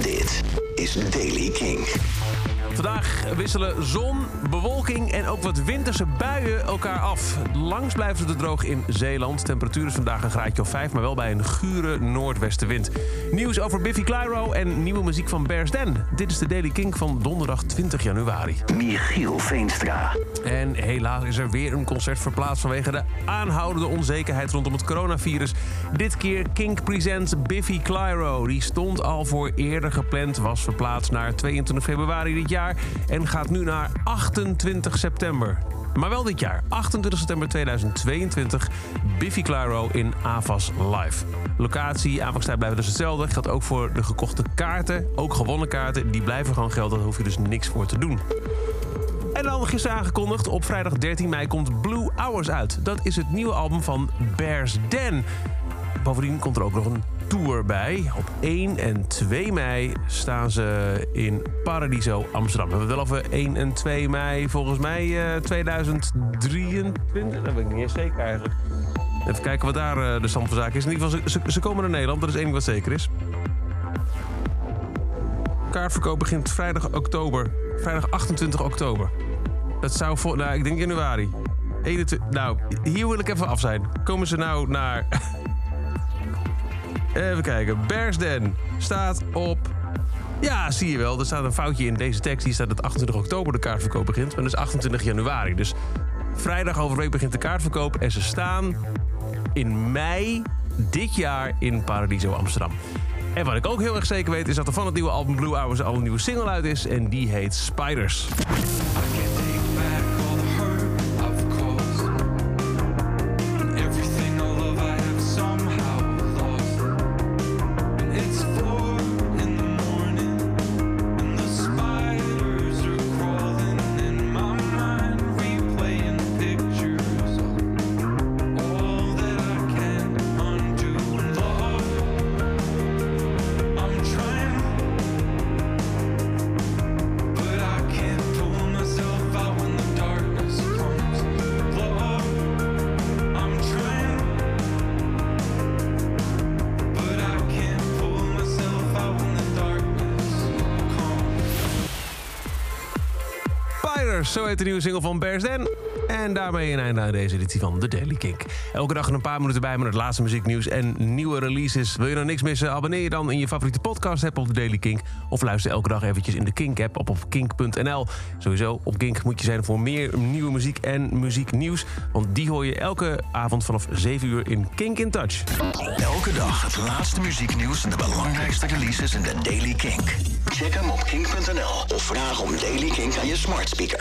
Dit is Daily King. Vandaag wisselen zon, bewolking en ook wat winterse buien elkaar af. Langs blijven ze droog in Zeeland. Temperatuur is vandaag een graadje of 5, maar wel bij een gure noordwestenwind. Nieuws over Biffy Clyro en nieuwe muziek van Bears Den. Dit is de Daily King van donderdag 20 januari. Michiel Veenstra. En helaas is er weer een concert verplaatst vanwege de aanhoudende onzekerheid rondom het coronavirus. Dit keer Kink Presents Biffy Clyro. Die stond al voor eerder gepland, was verplaatst naar 22 februari dit jaar en gaat nu naar 28 september. Maar wel dit jaar, 28 september 2022, Biffy Clyro in Avas Live. Locatie, aanvangstijd blijven dus hetzelfde. Geldt ook voor de gekochte kaarten, ook gewonnen kaarten. Die blijven gewoon gelden, daar hoef je dus niks voor te doen. En dan gisteren aangekondigd, op vrijdag 13 mei komt Blue Hours uit. Dat is het nieuwe album van Bears Den. Bovendien komt er ook nog een tour bij. Op 1 en 2 mei staan ze in Paradiso Amsterdam. We hebben het wel over 1 en 2 mei, volgens mij 2023. Dat weet ik niet eens zeker eigenlijk. Even kijken wat daar de stand van zaken is. In ieder geval, ze komen naar Nederland, dat is één ding wat zeker is. Kaartverkoop begint vrijdag 28 oktober. Dat zou voor, ik denk januari. 21, hier wil ik even af zijn. Komen ze nou naar... Even kijken. Bears Den staat op... Ja, zie je wel. Er staat een foutje in deze tekst. Hier staat dat 28 oktober de kaartverkoop begint. Maar dat is 28 januari. Dus vrijdag over een week begint de kaartverkoop. En ze staan in mei dit jaar in Paradiso Amsterdam. En wat ik ook heel erg zeker weet is dat er van het nieuwe album Blue Hours al een nieuwe single uit is. En die heet Spiders. Zo heet de nieuwe single van Bears Den. En daarmee een einde aan deze editie van The Daily Kink. Elke dag een paar minuten bij met het laatste muzieknieuws en nieuwe releases. Wil je nou niks missen? Abonneer je dan in je favoriete podcast-app op The Daily Kink. Of luister elke dag eventjes in de Kink-app op kink.nl. Sowieso, op Kink moet je zijn voor meer nieuwe muziek en muzieknieuws. Want die hoor je elke avond vanaf 7 uur in Kink in Touch. Elke dag het laatste muzieknieuws en de belangrijkste releases in de Daily Kink. Check hem op kink.nl of vraag om Daily Kink aan je smart speaker.